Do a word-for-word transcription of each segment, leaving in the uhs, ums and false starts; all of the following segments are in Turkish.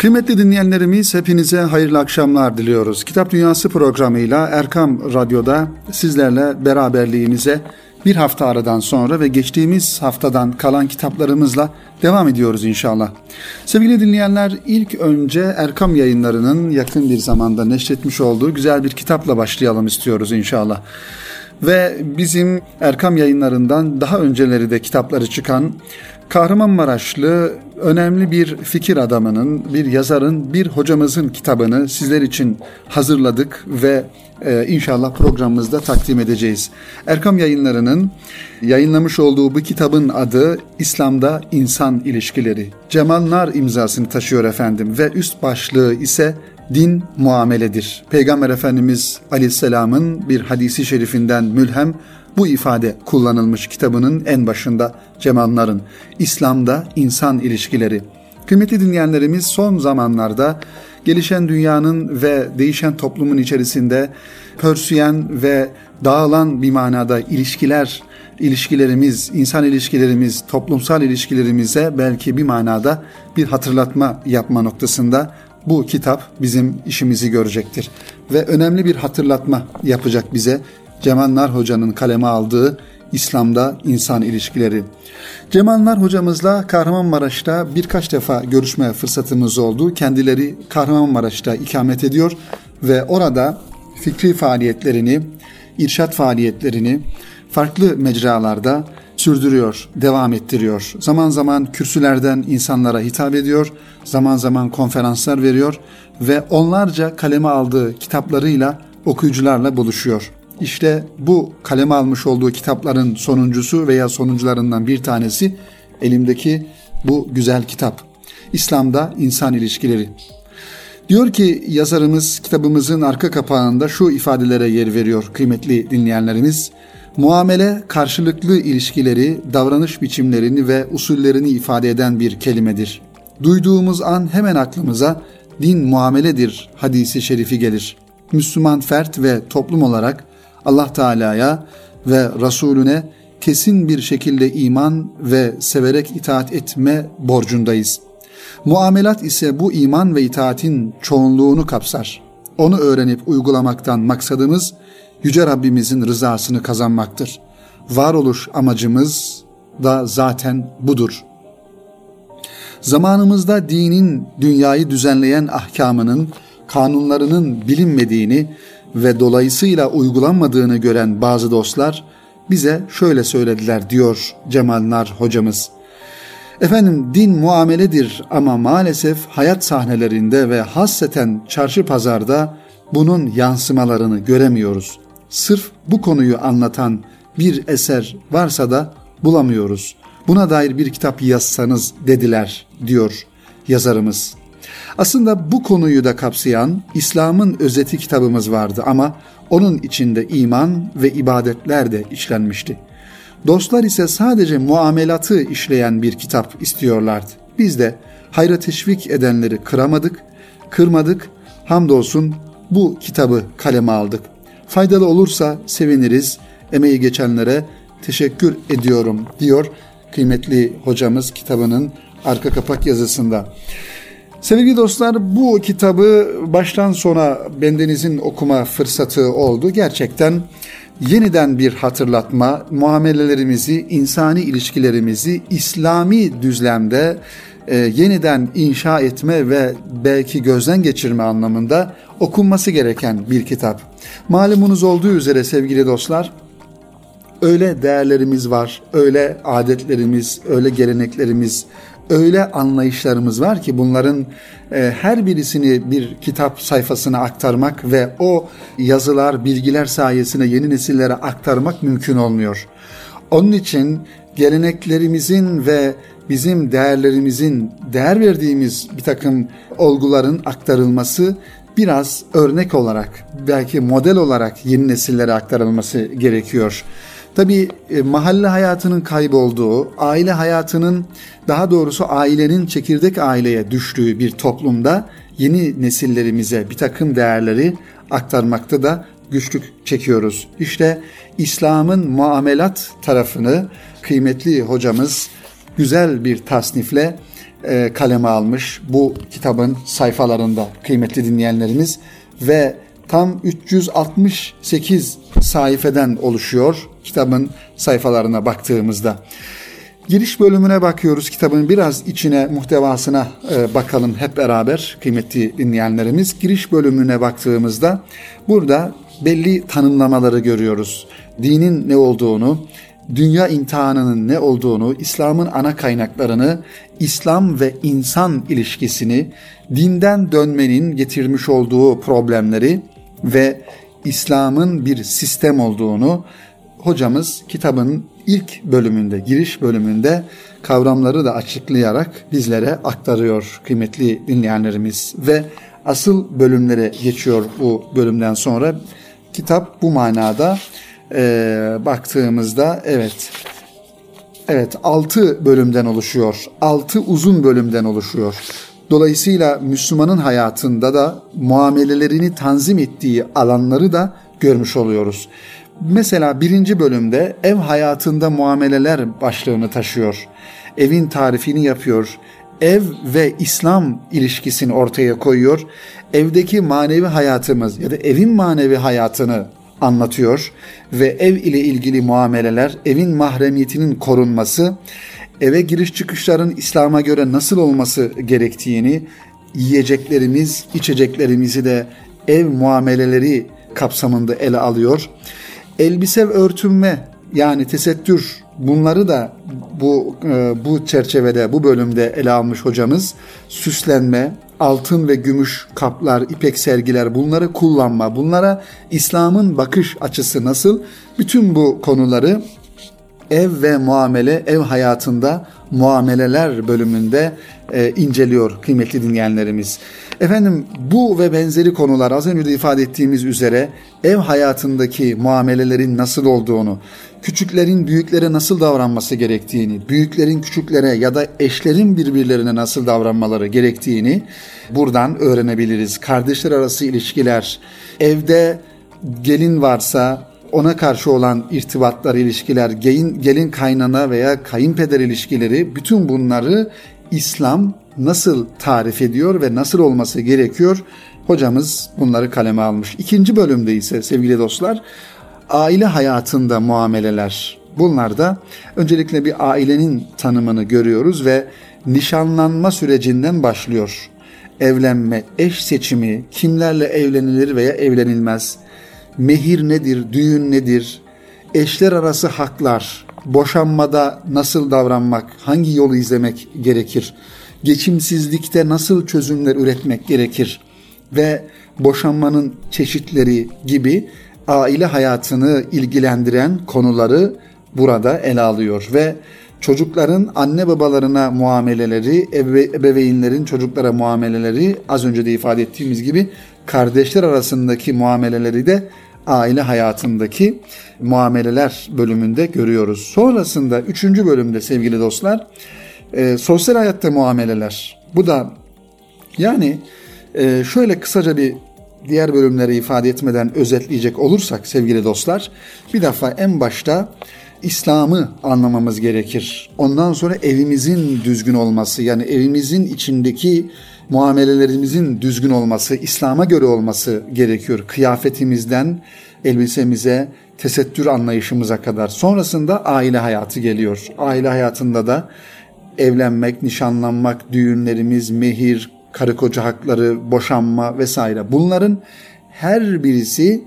Kıymetli dinleyenlerimiz, hepinize hayırlı akşamlar diliyoruz. Kitap Dünyası programıyla Erkam Radyo'da sizlerle beraberliğimize bir hafta aradan sonra ve geçtiğimiz haftadan kalan kitaplarımızla devam ediyoruz inşallah. Sevgili dinleyenler, ilk önce Erkam Yayınları'nın yakın bir zamanda neşretmiş olduğu güzel bir kitapla başlayalım istiyoruz inşallah. Ve bizim Erkam Yayınları'ndan daha önceleri de kitapları çıkan Kahramanmaraşlı önemli bir fikir adamının, bir yazarın, bir hocamızın kitabını sizler için hazırladık ve e, inşallah programımızda takdim edeceğiz. Erkam Yayınları'nın yayınlamış olduğu bu kitabın adı İslam'da İnsan İlişkileri. Cemal Nar imzasını taşıyor efendim ve üst başlığı ise Din muameledir. Peygamber Efendimiz Aleyhisselam'ın bir hadisi şerifinden mülhem bu ifade kullanılmış kitabının en başında Cemal Nar'ın İslam'da İnsan İlişkileri. Kıymetli dinleyenlerimiz, son zamanlarda gelişen dünyanın ve değişen toplumun içerisinde pörsüyen ve dağılan bir manada ilişkiler, ilişkilerimiz, insan ilişkilerimiz, toplumsal ilişkilerimize belki bir manada bir hatırlatma yapma noktasında bu kitap bizim işimizi görecektir. Ve önemli bir hatırlatma yapacak bize Cemal Nar Hoca'nın kaleme aldığı İslam'da İnsan İlişkileri. Cemal Nar Hocamızla Kahramanmaraş'ta birkaç defa görüşme fırsatımız oldu. Kendileri Kahramanmaraş'ta ikamet ediyor ve orada fikri faaliyetlerini, irşat faaliyetlerini farklı mecralarda sürdürüyor, devam ettiriyor. Zaman zaman kürsülerden insanlara hitap ediyor, zaman zaman konferanslar veriyor ve onlarca kaleme aldığı kitaplarıyla okuyucularla buluşuyor. İşte bu kaleme almış olduğu kitapların sonuncusu veya sonuncularından bir tanesi elimdeki bu güzel kitap. İslam'da İnsan İlişkileri. Diyor ki yazarımız kitabımızın arka kapağında şu ifadelere yer veriyor kıymetli dinleyenlerimiz. Muamele, karşılıklı ilişkileri, davranış biçimlerini ve usullerini ifade eden bir kelimedir. Duyduğumuz an hemen aklımıza din muameledir hadisi şerifi gelir. Müslüman fert ve toplum olarak Allah Teala'ya ve Resulüne kesin bir şekilde iman ve severek itaat etme borcundayız. Muamelat ise bu iman ve itaatin çoğunluğunu kapsar. Onu öğrenip uygulamaktan maksadımız Yüce Rabbimizin rızasını kazanmaktır. Varoluş amacımız da zaten budur. Zamanımızda dinin dünyayı düzenleyen ahkamının, kanunlarının bilinmediğini ve dolayısıyla uygulanmadığını gören bazı dostlar bize şöyle söylediler diyor Cemal Nar hocamız. Efendim, din muameledir ama maalesef hayat sahnelerinde ve hasseten çarşı pazarda bunun yansımalarını göremiyoruz. Sırf bu konuyu anlatan bir eser varsa da bulamıyoruz. Buna dair bir kitap yazsanız dediler diyor yazarımız. Aslında bu konuyu da kapsayan İslam'ın özeti kitabımız vardı ama onun içinde iman ve ibadetler de işlenmişti. Dostlar ise sadece muamelatı işleyen bir kitap istiyorlardı. Biz de hayra teşvik edenleri kıramadık, kırmadık. Hamdolsun bu kitabı kaleme aldık. Faydalı olursa seviniriz. Emeği geçenlere teşekkür ediyorum diyor kıymetli hocamız kitabının arka kapak yazısında. Sevgili dostlar, bu kitabı baştan sona bendenizin okuma fırsatı oldu. Gerçekten yeniden bir hatırlatma, muamelelerimizi, insani ilişkilerimizi İslami düzlemde e, yeniden inşa etme ve belki gözden geçirme anlamında okunması gereken bir kitap. Malumunuz olduğu üzere sevgili dostlar, öyle değerlerimiz var, öyle adetlerimiz, öyle geleneklerimiz, öyle anlayışlarımız var ki bunların e, her birisini bir kitap sayfasına aktarmak ve o yazılar, bilgiler sayesinde yeni nesillere aktarmak mümkün olmuyor. Onun için geleneklerimizin ve bizim değerlerimizin, değer verdiğimiz bir takım olguların aktarılması biraz örnek olarak, belki model olarak yeni nesillere aktarılması gerekiyor. Tabii e, mahalle hayatının kaybolduğu, aile hayatının, daha doğrusu ailenin çekirdek aileye düştüğü bir toplumda yeni nesillerimize bir takım değerleri aktarmakta da güçlük çekiyoruz. İşte İslam'ın muamelat tarafını kıymetli hocamız güzel bir tasnifle e, kaleme almış bu kitabın sayfalarında kıymetli dinleyenlerimiz ve tam üç yüz altmış sekiz sayfeden oluşuyor kitabın sayfalarına baktığımızda. Giriş bölümüne bakıyoruz. Kitabın biraz içine, muhtevasına e, bakalım hep beraber kıymetli dinleyenlerimiz. Giriş bölümüne baktığımızda burada belli tanımlamaları görüyoruz. Dinin ne olduğunu, dünya imtihanının ne olduğunu, İslam'ın ana kaynaklarını, İslam ve insan ilişkisini, dinden dönmenin getirmiş olduğu problemleri ve İslam'ın bir sistem olduğunu hocamız kitabın ilk bölümünde, giriş bölümünde kavramları da açıklayarak bizlere aktarıyor kıymetli dinleyenlerimiz ve asıl bölümlere geçiyor bu bölümden sonra. Kitap bu manada e, baktığımızda evet evet altı bölümden oluşuyor. altı uzun bölümden oluşuyor. Dolayısıyla Müslümanın hayatında da muamelelerini tanzim ettiği alanları da görmüş oluyoruz. Mesela birinci bölümde ev hayatında muameleler başlığını taşıyor. Evin tarifini yapıyor. Ev ve İslam ilişkisini ortaya koyuyor. Evdeki manevi hayatımız ya da evin manevi hayatını anlatıyor ve ev ile ilgili muameleler, evin mahremiyetinin korunması, eve giriş çıkışların İslam'a göre nasıl olması gerektiğini, yiyeceklerimiz, içeceklerimizi de ev muameleleri kapsamında ele alıyor. Elbise ve örtünme yani tesettür, bunları da bu bu çerçevede, bu bölümde ele almış hocamız. Süslenme, altın ve gümüş kaplar, ipek sergiler, bunları kullanma, bunlara İslam'ın bakış açısı nasıl? Bütün bu konuları ev ve muamele, ev hayatında muameleler bölümünde e, inceliyor kıymetli dinleyenlerimiz. Efendim bu ve benzeri konular az önce de ifade ettiğimiz üzere ev hayatındaki muamelelerin nasıl olduğunu, küçüklerin büyüklere nasıl davranması gerektiğini, büyüklerin küçüklere ya da eşlerin birbirlerine nasıl davranmaları gerektiğini buradan öğrenebiliriz. Kardeşler arası ilişkiler, evde gelin varsa ona karşı olan irtibatlar, ilişkiler, gelin, gelin kaynana veya kayınpeder ilişkileri, bütün bunları İslam nasıl tarif ediyor ve nasıl olması gerekiyor? Hocamız bunları kaleme almış. İkinci bölümde ise sevgili dostlar, aile hayatında muameleler. Bunlarda öncelikle bir ailenin tanımını görüyoruz ve nişanlanma sürecinden başlıyor. Evlenme, eş seçimi, kimlerle evlenilir veya evlenilmez, mehir nedir, düğün nedir, eşler arası haklar, boşanmada nasıl davranmak, hangi yolu izlemek gerekir, geçimsizlikte nasıl çözümler üretmek gerekir ve boşanmanın çeşitleri gibi aile hayatını ilgilendiren konuları burada ele alıyor ve çocukların anne babalarına muameleleri, ebe, ebeveynlerin çocuklara muameleleri, az önce de ifade ettiğimiz gibi kardeşler arasındaki muameleleri de aile hayatındaki muameleler bölümünde görüyoruz. Sonrasında üçüncü bölümde sevgili dostlar, e, sosyal hayatta muameleler. Bu da yani e, şöyle kısaca bir diğer bölümleri ifade etmeden özetleyecek olursak sevgili dostlar, bir defa en başta İslam'ı anlamamız gerekir. Ondan sonra evimizin düzgün olması, yani evimizin içindeki muamelelerimizin düzgün olması, İslam'a göre olması gerekiyor. Kıyafetimizden elbisemize, tesettür anlayışımıza kadar. Sonrasında aile hayatı geliyor. Aile hayatında da evlenmek, nişanlanmak, düğünlerimiz, mehir, karı koca hakları, boşanma vesaire. Bunların her birisi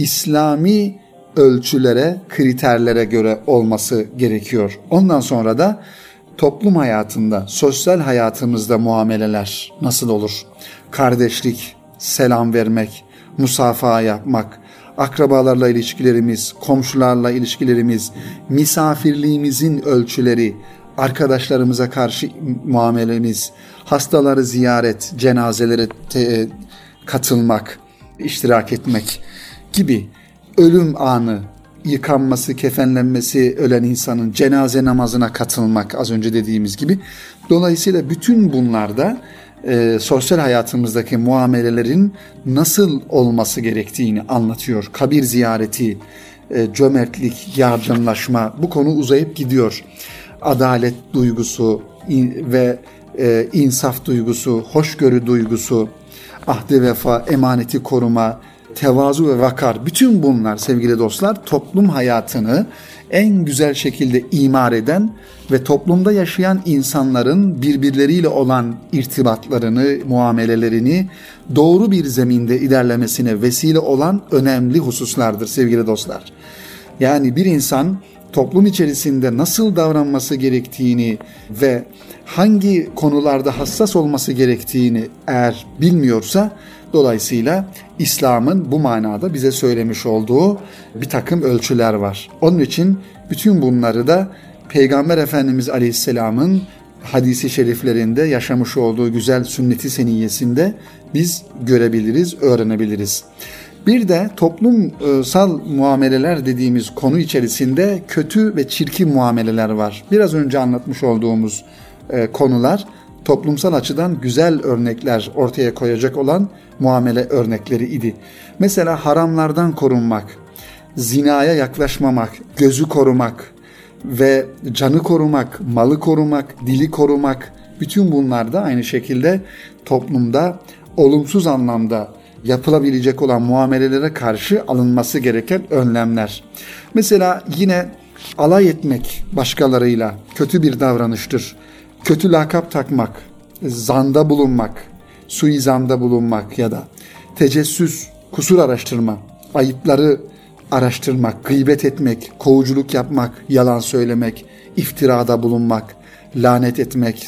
İslami ölçülere, kriterlere göre olması gerekiyor. Ondan sonra da toplum hayatında, sosyal hayatımızda muameleler nasıl olur? Kardeşlik, selam vermek, musafaha yapmak, akrabalarla ilişkilerimiz, komşularla ilişkilerimiz, misafirliğimizin ölçüleri, arkadaşlarımıza karşı muamelemiz, hastaları ziyaret, cenazelere te- katılmak, iştirak etmek gibi, ölüm anı, yıkanması, kefenlenmesi, ölen insanın cenaze namazına katılmak, az önce dediğimiz gibi. Dolayısıyla bütün bunlarda e, sosyal hayatımızdaki muamelelerin nasıl olması gerektiğini anlatıyor. Kabir ziyareti, e, cömertlik, yardımlaşma, bu konu uzayıp gidiyor. Adalet duygusu ve e, insaf duygusu, hoşgörü duygusu, ahde vefa, emaneti koruma, tevazu ve vakar, bütün bunlar sevgili dostlar toplum hayatını en güzel şekilde imar eden ve toplumda yaşayan insanların birbirleriyle olan irtibatlarını, muamelelerini doğru bir zeminde ilerlemesine vesile olan önemli hususlardır sevgili dostlar. Yani bir insan toplum içerisinde nasıl davranması gerektiğini ve hangi konularda hassas olması gerektiğini eğer bilmiyorsa, dolayısıyla İslam'ın bu manada bize söylemiş olduğu bir takım ölçüler var. Onun için bütün bunları da Peygamber Efendimiz Aleyhisselam'ın hadisi şeriflerinde yaşamış olduğu güzel sünnet-i seniyyesinde biz görebiliriz, öğrenebiliriz. Bir de toplumsal muameleler dediğimiz konu içerisinde kötü ve çirkin muameleler var. Biraz önce anlatmış olduğumuz konular toplumsal açıdan güzel örnekler ortaya koyacak olan muamele örnekleri idi. Mesela haramlardan korunmak, zinaya yaklaşmamak, gözü korumak ve canı korumak, malı korumak, dili korumak, bütün bunlar da aynı şekilde toplumda olumsuz anlamda yapılabilecek olan muamelelere karşı alınması gereken önlemler. Mesela yine alay etmek başkalarıyla kötü bir davranıştır. Kötü lakap takmak, zanda bulunmak, suizanda bulunmak ya da tecessüs, kusur araştırma, ayıpları araştırmak, gıybet etmek, kovuculuk yapmak, yalan söylemek, iftirada bulunmak, lanet etmek,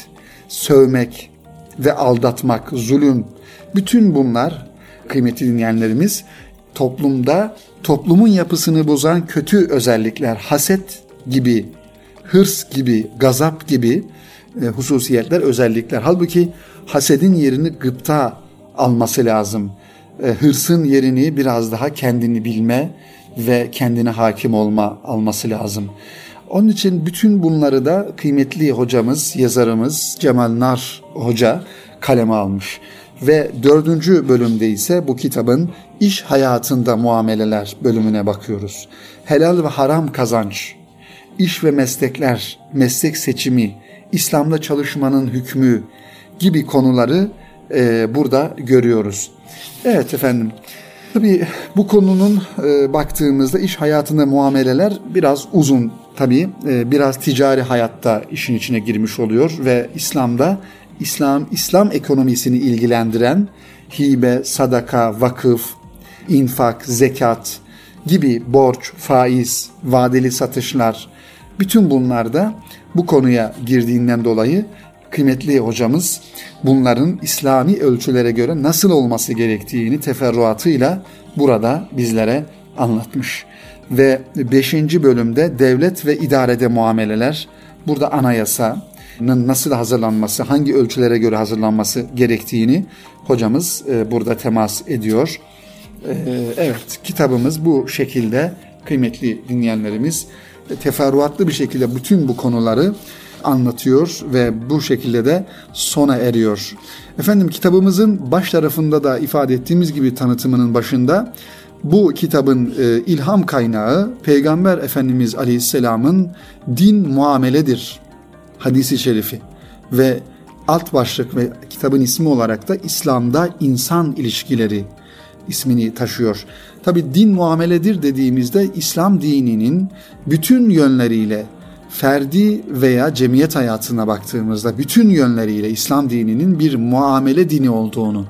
sövmek ve aldatmak, zulüm, bütün bunlar kıymetli dinleyenlerimiz toplumda toplumun yapısını bozan kötü özellikler, haset gibi, hırs gibi, gazap gibi e, hususiyetler, özellikler. Halbuki hasedin yerini gıpta alması lazım. E, hırsın yerini biraz daha kendini bilme ve kendine hakim olma alması lazım. Onun için bütün bunları da kıymetli hocamız, yazarımız Cemal Nar Hoca kaleme almış. Ve dördüncü bölümde ise bu kitabın iş hayatında muameleler bölümüne bakıyoruz. Helal ve haram kazanç, iş ve meslekler, meslek seçimi, İslam'da çalışmanın hükmü gibi konuları e, burada görüyoruz. Evet efendim, tabii bu konunun e, baktığımızda iş hayatında muameleler biraz uzun tabii, e, biraz ticari hayatta işin içine girmiş oluyor ve İslam'da İslam İslam ekonomisini ilgilendiren hibe, sadaka, vakıf, infak, zekat gibi borç, faiz, vadeli satışlar, bütün bunlar da bu konuya girdiğinden dolayı kıymetli hocamız bunların İslami ölçülere göre nasıl olması gerektiğini teferruatıyla burada bizlere anlatmış. Ve beşinci bölümde devlet ve idarede muameleler, burada anayasa nasıl hazırlanması, hangi ölçülere göre hazırlanması gerektiğini hocamız e, burada temas ediyor. E, evet, kitabımız bu şekilde kıymetli dinleyenlerimiz teferruatlı bir şekilde bütün bu konuları anlatıyor ve bu şekilde de sona eriyor. Efendim, kitabımızın baş tarafında da ifade ettiğimiz gibi tanıtımının başında bu kitabın e, ilham kaynağı Peygamber Efendimiz Aleyhisselam'ın din muameledir hadisi şerifi ve alt başlık ve kitabın ismi olarak da İslam'da insan ilişkileri ismini taşıyor. Tabi din muameledir dediğimizde İslam dininin bütün yönleriyle ferdi veya cemiyet hayatına baktığımızda bütün yönleriyle İslam dininin bir muamele dini olduğunu,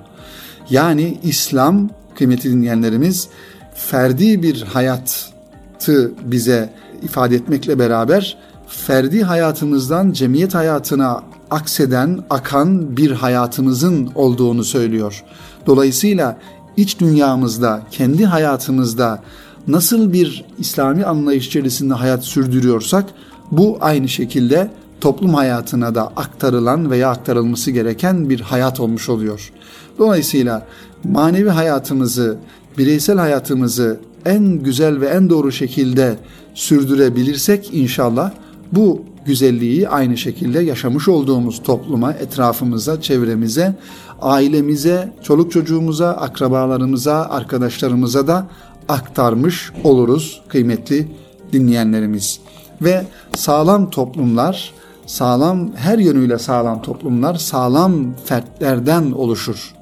yani İslam kıymetli dinleyenlerimiz ferdi bir hayatı bize ifade etmekle beraber ferdi hayatımızdan cemiyet hayatına akseden, akan bir hayatımızın olduğunu söylüyor. Dolayısıyla iç dünyamızda, kendi hayatımızda nasıl bir İslami anlayış içerisinde hayat sürdürüyorsak, bu aynı şekilde toplum hayatına da aktarılan veya aktarılması gereken bir hayat olmuş oluyor. Dolayısıyla manevi hayatımızı, bireysel hayatımızı en güzel ve en doğru şekilde sürdürebilirsek inşallah bu güzelliği aynı şekilde yaşamış olduğumuz topluma, etrafımıza, çevremize, ailemize, çoluk çocuğumuza, akrabalarımıza, arkadaşlarımıza da aktarmış oluruz kıymetli dinleyenlerimiz. Ve sağlam toplumlar, sağlam, her yönüyle sağlam toplumlar sağlam fertlerden oluşur.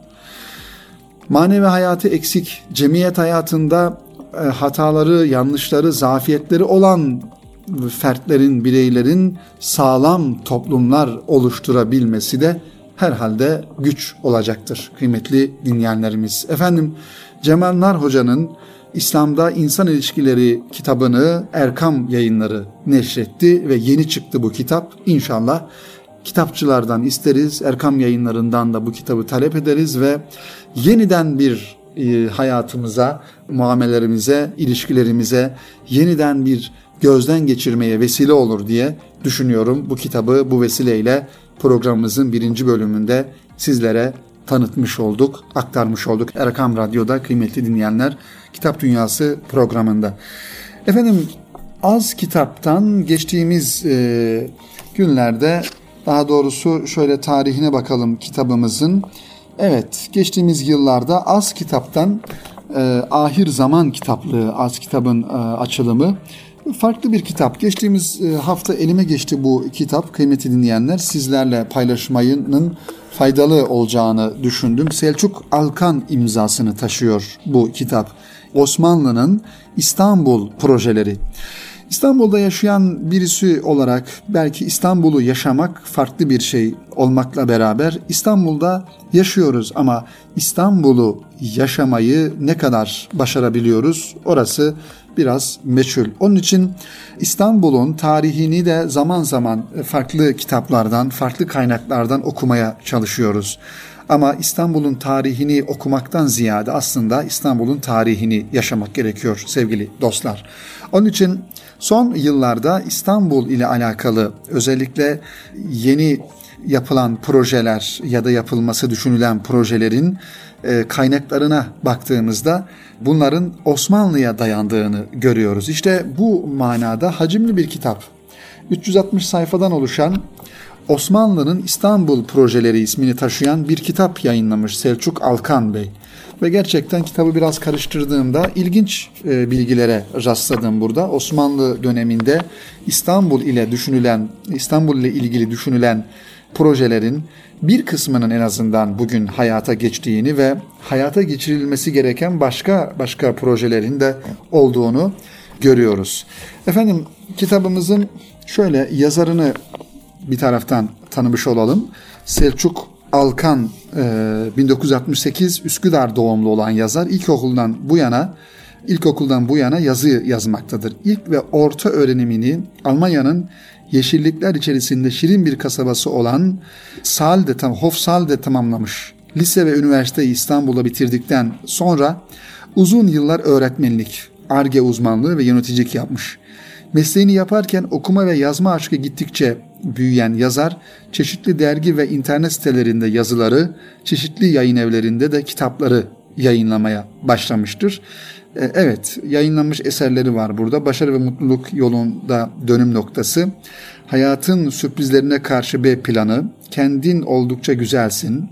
Manevi hayatı eksik, cemiyet hayatında e, hataları, yanlışları, zafiyetleri olan fertlerin, bireylerin sağlam toplumlar oluşturabilmesi de herhalde güç olacaktır kıymetli dinleyenlerimiz. Efendim, Cemal Nar Hoca'nın İslam'da İnsan İlişkileri kitabını Erkam Yayınları neşretti ve yeni çıktı bu kitap. İnşallah kitapçılardan isteriz, Erkam Yayınlarından da bu kitabı talep ederiz ve yeniden bir e, hayatımıza, muamelerimize, ilişkilerimize yeniden bir gözden geçirmeye vesile olur diye düşünüyorum. Bu kitabı bu vesileyle programımızın birinci bölümünde sizlere tanıtmış olduk, aktarmış olduk. Erkam Radyo'da kıymetli dinleyenler, Kitap Dünyası programında. Efendim, az kitaptan geçtiğimiz e, günlerde, daha doğrusu şöyle tarihine bakalım kitabımızın. Evet, geçtiğimiz yıllarda az kitaptan e, Ahir Zaman kitaplığı, az kitabın e, açılımı. Farklı bir kitap. Geçtiğimiz hafta elime geçti bu kitap. Kıymetli dinleyenler, sizlerle paylaşmayının faydalı olacağını düşündüm. Selçuk Alkan imzasını taşıyor bu kitap. Osmanlı'nın İstanbul projeleri. İstanbul'da yaşayan birisi olarak belki İstanbul'u yaşamak farklı bir şey olmakla beraber İstanbul'da yaşıyoruz ama İstanbul'u yaşamayı ne kadar başarabiliyoruz? Orası biraz meçhul. Onun için İstanbul'un tarihini de zaman zaman farklı kitaplardan, farklı kaynaklardan okumaya çalışıyoruz. Ama İstanbul'un tarihini okumaktan ziyade aslında İstanbul'un tarihini yaşamak gerekiyor sevgili dostlar. Onun için son yıllarda İstanbul ile alakalı özellikle yeni yapılan projeler ya da yapılması düşünülen projelerin e, kaynaklarına baktığımızda bunların Osmanlı'ya dayandığını görüyoruz. İşte bu manada hacimli bir kitap. üç yüz altmış sayfadan oluşan Osmanlı'nın İstanbul Projeleri ismini taşıyan bir kitap yayınlamış Selçuk Alkan Bey. Ve gerçekten kitabı biraz karıştırdığımda ilginç e, bilgilere rastladım burada. Osmanlı döneminde İstanbul ile düşünülen, İstanbul ile ilgili düşünülen projelerin bir kısmının en azından bugün hayata geçtiğini ve hayata geçirilmesi gereken başka başka projelerin de olduğunu görüyoruz. Efendim, kitabımızın şöyle yazarını bir taraftan tanımış olalım. Selçuk Alkan bin dokuz yüz altmış sekiz Üsküdar doğumlu olan yazar. İlkokuldan bu yana ilkokuldan bu yana yazı yazmaktadır. İlk ve orta öğrenimini Almanya'nın yeşillikler içerisinde şirin bir kasabası olan Saal'de tam Hofsaal'de tamamlamış. Lise ve üniversiteyi İstanbul'da bitirdikten sonra uzun yıllar öğretmenlik, Ar-Ge uzmanlığı ve yöneticilik yapmış. Mesleğini yaparken okuma ve yazma aşkı gittikçe büyüyen yazar, çeşitli dergi ve internet sitelerinde yazıları, çeşitli yayın evlerinde de kitapları yayınlamaya başlamıştır. Evet, yayınlanmış eserleri var burada. Başarı ve mutluluk yolunda dönüm noktası, hayatın sürprizlerine karşı B planı, kendin oldukça güzelsin.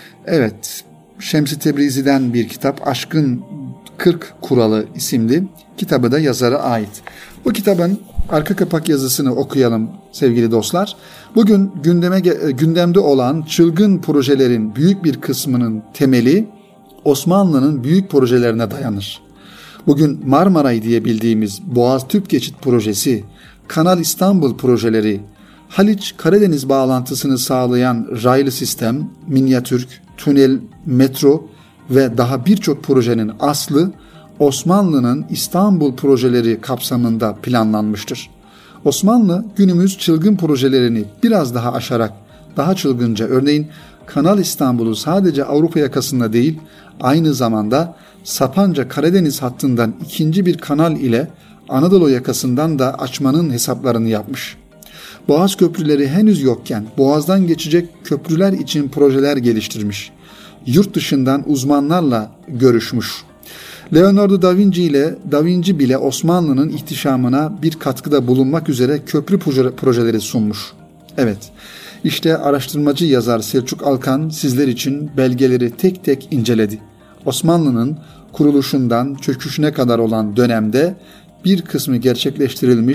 Evet, Şems-i Tebrizi'den bir kitap, Aşkın kırk Kuralı isimli kitabı da yazara ait. Bu kitabın arka kapak yazısını okuyalım sevgili dostlar. Bugün gündeme gündemde olan çılgın projelerin büyük bir kısmının temeli Osmanlı'nın büyük projelerine dayanır. Bugün Marmaray diye bildiğimiz Boğaz Tüp Geçit Projesi, Kanal İstanbul projeleri, Haliç-Karadeniz bağlantısını sağlayan raylı sistem, minyatürk, tünel, metro ve daha birçok projenin aslı Osmanlı'nın İstanbul projeleri kapsamında planlanmıştır. Osmanlı günümüz çılgın projelerini biraz daha aşarak daha çılgınca, örneğin Kanal İstanbul'u sadece Avrupa yakasında değil, aynı zamanda Sapanca Karadeniz hattından ikinci bir kanal ile Anadolu yakasından da açmanın hesaplarını yapmış. Boğaz köprüleri henüz yokken Boğaz'dan geçecek köprüler için projeler geliştirmiş. Yurt dışından uzmanlarla görüşmüş. Leonardo da Vinci ile Da Vinci bile Osmanlı'nın ihtişamına bir katkıda bulunmak üzere köprü projeleri sunmuş. Evet, işte araştırmacı yazar Selçuk Alkan sizler için belgeleri tek tek inceledi. Osmanlı'nın kuruluşundan çöküşüne kadar olan dönemde bir kısmı gerçekleştirilmiş,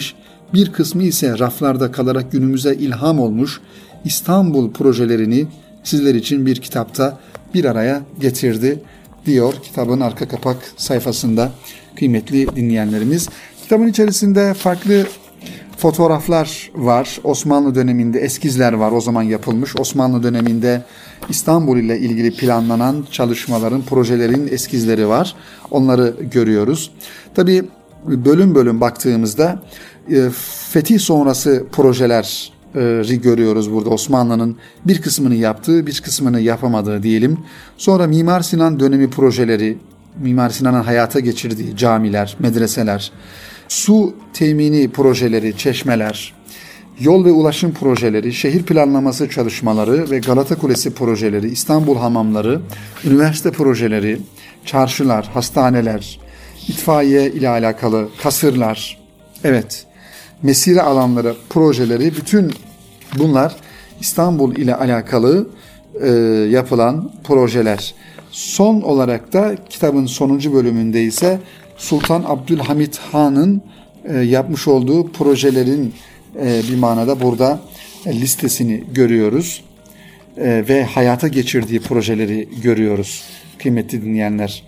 bir kısmı ise raflarda kalarak günümüze ilham olmuş İstanbul projelerini sizler için bir kitapta bir araya getirdi diyor kitabın arka kapak sayfasında kıymetli dinleyenlerimiz. Kitabın içerisinde farklı fotoğraflar var. Osmanlı döneminde eskizler var, o zaman yapılmış. Osmanlı döneminde İstanbul ile ilgili planlanan çalışmaların, projelerin eskizleri var. Onları görüyoruz. Tabii bölüm bölüm baktığımızda e, fetih sonrası projeleri görüyoruz burada. Osmanlı'nın bir kısmını yaptığı, bir kısmını yapamadığı diyelim. Sonra Mimar Sinan dönemi projeleri, Mimar Sinan'ın hayata geçirdiği camiler, medreseler, su temini projeleri, çeşmeler, yol ve ulaşım projeleri, şehir planlaması çalışmaları ve Galata Kulesi projeleri, İstanbul hamamları, üniversite projeleri, çarşılar, hastaneler, itfaiye ile alakalı kasırlar, evet, mesire alanları projeleri, bütün bunlar İstanbul ile alakalı e, yapılan projeler. Son olarak da kitabın sonuncu bölümünde ise Sultan Abdülhamit Han'ın e, yapmış olduğu projelerin e, bir manada burada e, listesini görüyoruz e, ve hayata geçirdiği projeleri görüyoruz kıymetli dinleyenler.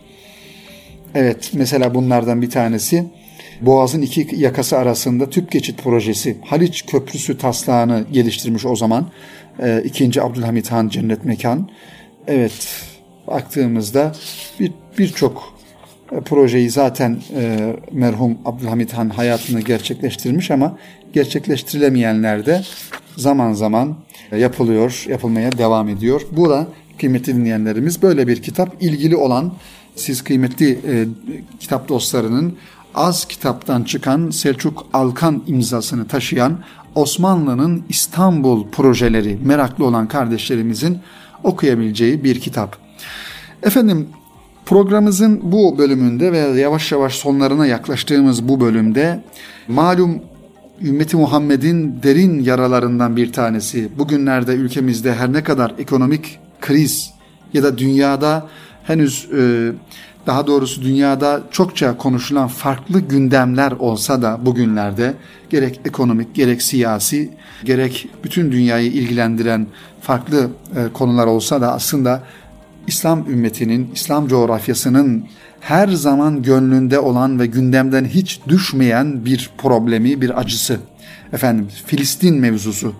Evet, mesela bunlardan bir tanesi Boğaz'ın iki yakası arasında tüp geçit projesi, Haliç Köprüsü taslağını geliştirmiş o zaman e, ikinci. Abdülhamit Han cennet mekan. Evet, baktığımızda bir birçok projeyi zaten e, merhum Abdülhamit Han hayatını gerçekleştirmiş ama gerçekleştirilemeyenler de zaman zaman yapılıyor, yapılmaya devam ediyor. Bu da kıymetli dinleyenlerimiz böyle bir kitap. İlgili olan siz kıymetli e, kitap dostlarının az kitaptan çıkan Selçuk Alkan imzasını taşıyan Osmanlı'nın İstanbul projeleri meraklı olan kardeşlerimizin okuyabileceği bir kitap. Efendim, programımızın bu bölümünde ve yavaş yavaş sonlarına yaklaştığımız bu bölümde malum ümmeti Muhammed'in derin yaralarından bir tanesi, bugünlerde ülkemizde her ne kadar ekonomik kriz ya da dünyada henüz e, daha doğrusu dünyada çokça konuşulan farklı gündemler olsa da bugünlerde gerek ekonomik, gerek siyasi, gerek bütün dünyayı ilgilendiren farklı e, konular olsa da aslında İslam ümmetinin, İslam coğrafyasının her zaman gönlünde olan ve gündemden hiç düşmeyen bir problemi, bir acısı. Efendim, Filistin mevzusu.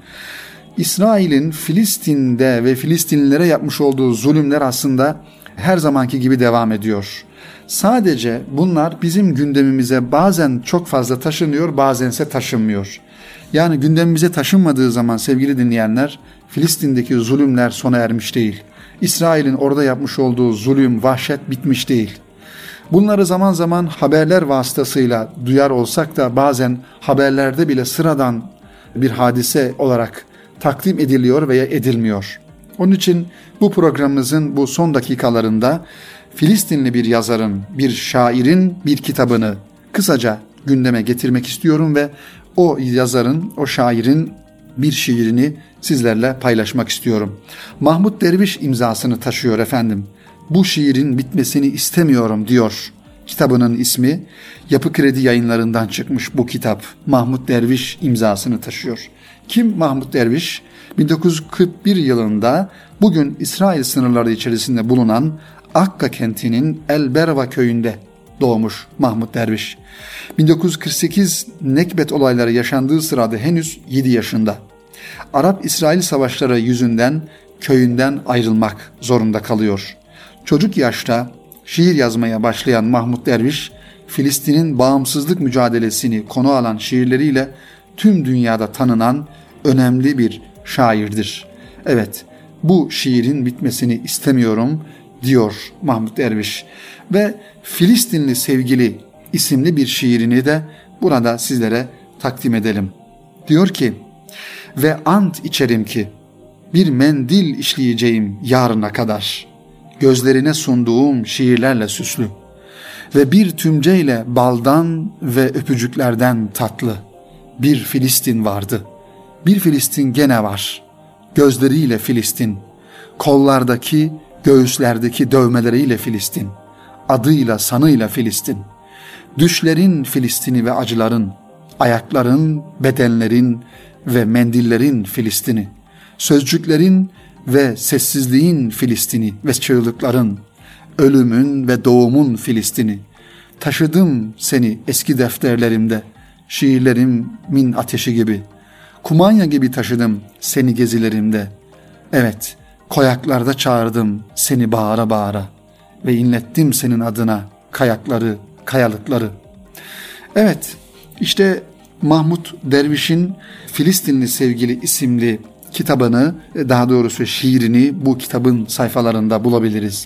İsrail'in Filistin'de ve Filistinlilere yapmış olduğu zulümler aslında her zamanki gibi devam ediyor. Sadece bunlar bizim gündemimize bazen çok fazla taşınıyor, bazense taşınmıyor. Yani gündemimize taşınmadığı zaman sevgili dinleyenler, Filistin'deki zulümler sona ermiş değil. İsrail'in orada yapmış olduğu zulüm, vahşet bitmiş değil. Bunları zaman zaman haberler vasıtasıyla duyar olsak da bazen haberlerde bile sıradan bir hadise olarak takdim ediliyor veya edilmiyor. Onun için bu programımızın bu son dakikalarında Filistinli bir yazarın, bir şairin bir kitabını kısaca gündeme getirmek istiyorum ve o yazarın, o şairin bir şiirini sizlerle paylaşmak istiyorum. Mahmut Derviş imzasını taşıyor efendim. Bu şiirin bitmesini istemiyorum diyor. Kitabının ismi, Yapı Kredi Yayınlarından çıkmış bu kitap. Mahmut Derviş imzasını taşıyor. Kim Mahmut Derviş? bin dokuz yüz kırk bir yılında bugün İsrail sınırları içerisinde bulunan Akka kentinin El Berva köyünde doğmuş Mahmut Derviş. bin dokuz yüz kırk sekiz Nekbet olayları yaşandığı sırada henüz yedi yaşında. Arap-İsrail savaşları yüzünden köyünden ayrılmak zorunda kalıyor. Çocuk yaşta şiir yazmaya başlayan Mahmut Derviş, Filistin'in bağımsızlık mücadelesini konu alan şiirleriyle tüm dünyada tanınan önemli bir şairdir. Evet, bu şiirin bitmesini istemiyorum diyor Mahmut Derviş. Ve Filistinli Sevgili isimli bir şiirini de burada sizlere takdim edelim. Diyor ki, ve ant içerim ki bir mendil işleyeceğim yarına kadar, gözlerine sunduğum şiirlerle süslü ve bir tümceyle baldan ve öpücüklerden tatlı bir Filistin vardı. Bir Filistin gene var, gözleriyle Filistin, kollardaki, göğüslerdeki dövmeleriyle Filistin, adıyla sanıyla Filistin, düşlerin Filistin'i ve acıların, ayakların, bedenlerin ve mendillerin Filistin'i, sözcüklerin ve sessizliğin Filistin'i ve çığlıkların, ölümün ve doğumun Filistin'i. Taşıdım seni eski defterlerimde, şiirlerimin ateşi gibi. Kumanya gibi taşıdım seni gezilerimde. Evet, koyaklarda çağırdım seni bağıra bağıra ve inlettim senin adına kayakları, kayalıkları. Evet, işte Mahmut Derviş'in Filistinli Sevgili isimli kitabını, daha doğrusu şiirini bu kitabın sayfalarında bulabiliriz.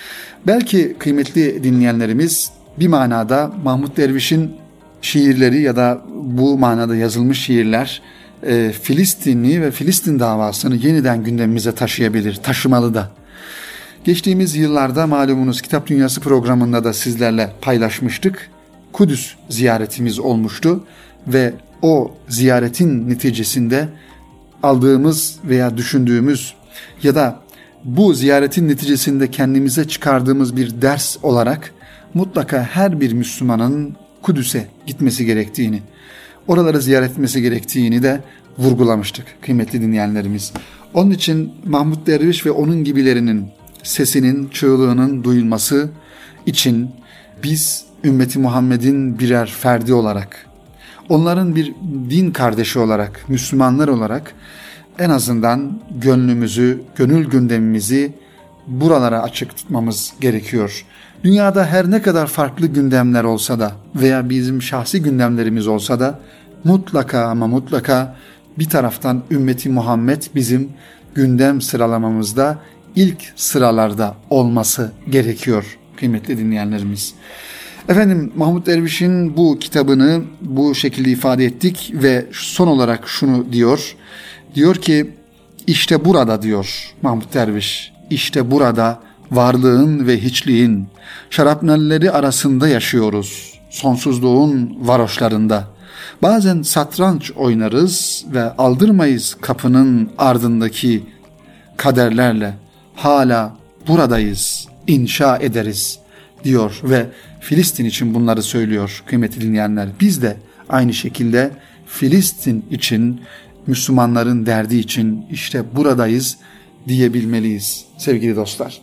Belki kıymetli dinleyenlerimiz bir manada Mahmut Derviş'in şiirleri ya da bu manada yazılmış şiirler e, Filistinli ve Filistin davasını yeniden gündemimize taşıyabilir, taşımalı da. Geçtiğimiz yıllarda malumunuz Kitap Dünyası programında da sizlerle paylaşmıştık. Kudüs ziyaretimiz olmuştu ve o ziyaretin neticesinde aldığımız veya düşündüğümüz ya da bu ziyaretin neticesinde kendimize çıkardığımız bir ders olarak mutlaka her bir Müslümanın Kudüs'e gitmesi gerektiğini, oraları ziyaret etmesi gerektiğini de vurgulamıştık kıymetli dinleyenlerimiz. Onun için Mahmut Derviş ve onun gibilerinin sesinin, çığlığının duyulması için biz ümmeti Muhammed'in birer ferdi olarak, onların bir din kardeşi olarak, Müslümanlar olarak en azından gönlümüzü, gönül gündemimizi buralara açık tutmamız gerekiyor. Dünyada her ne kadar farklı gündemler olsa da veya bizim şahsi gündemlerimiz olsa da mutlaka ama mutlaka bir taraftan ümmeti Muhammed bizim gündem sıralamamızda ilk sıralarda olması gerekiyor kıymetli dinleyenlerimiz. Efendim, Mahmut Derviş'in bu kitabını bu şekilde ifade ettik ve son olarak şunu diyor. Diyor ki işte burada diyor Mahmut Derviş, işte burada varlığın ve hiçliğin şarapnelleri arasında yaşıyoruz, sonsuzluğun varoşlarında. Bazen satranç oynarız ve aldırmayız kapının ardındaki kaderlerle. Hala buradayız, inşa ederiz diyor ve Filistin için bunları söylüyor kıymetli dinleyenler. Biz de aynı şekilde Filistin için, Müslümanların derdi için işte buradayız diyebilmeliyiz sevgili dostlar.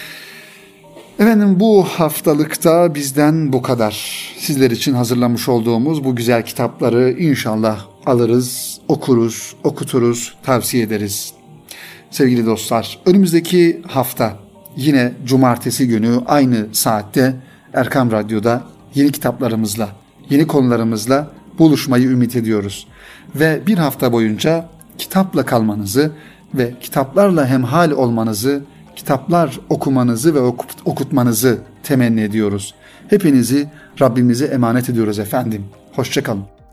Efendim, bu haftalıkta bizden bu kadar. Sizler için hazırlamış olduğumuz bu güzel kitapları inşallah alırız, okuruz, okuturuz, tavsiye ederiz. Sevgili dostlar, önümüzdeki hafta yine cumartesi günü aynı saatte Erkam Radyo'da yeni kitaplarımızla, yeni konularımızla buluşmayı ümit ediyoruz. Ve bir hafta boyunca kitapla kalmanızı ve kitaplarla hemhal olmanızı, kitaplar okumanızı ve okutmanızı temenni ediyoruz. Hepinizi Rabbimize emanet ediyoruz efendim. Hoşça kalın.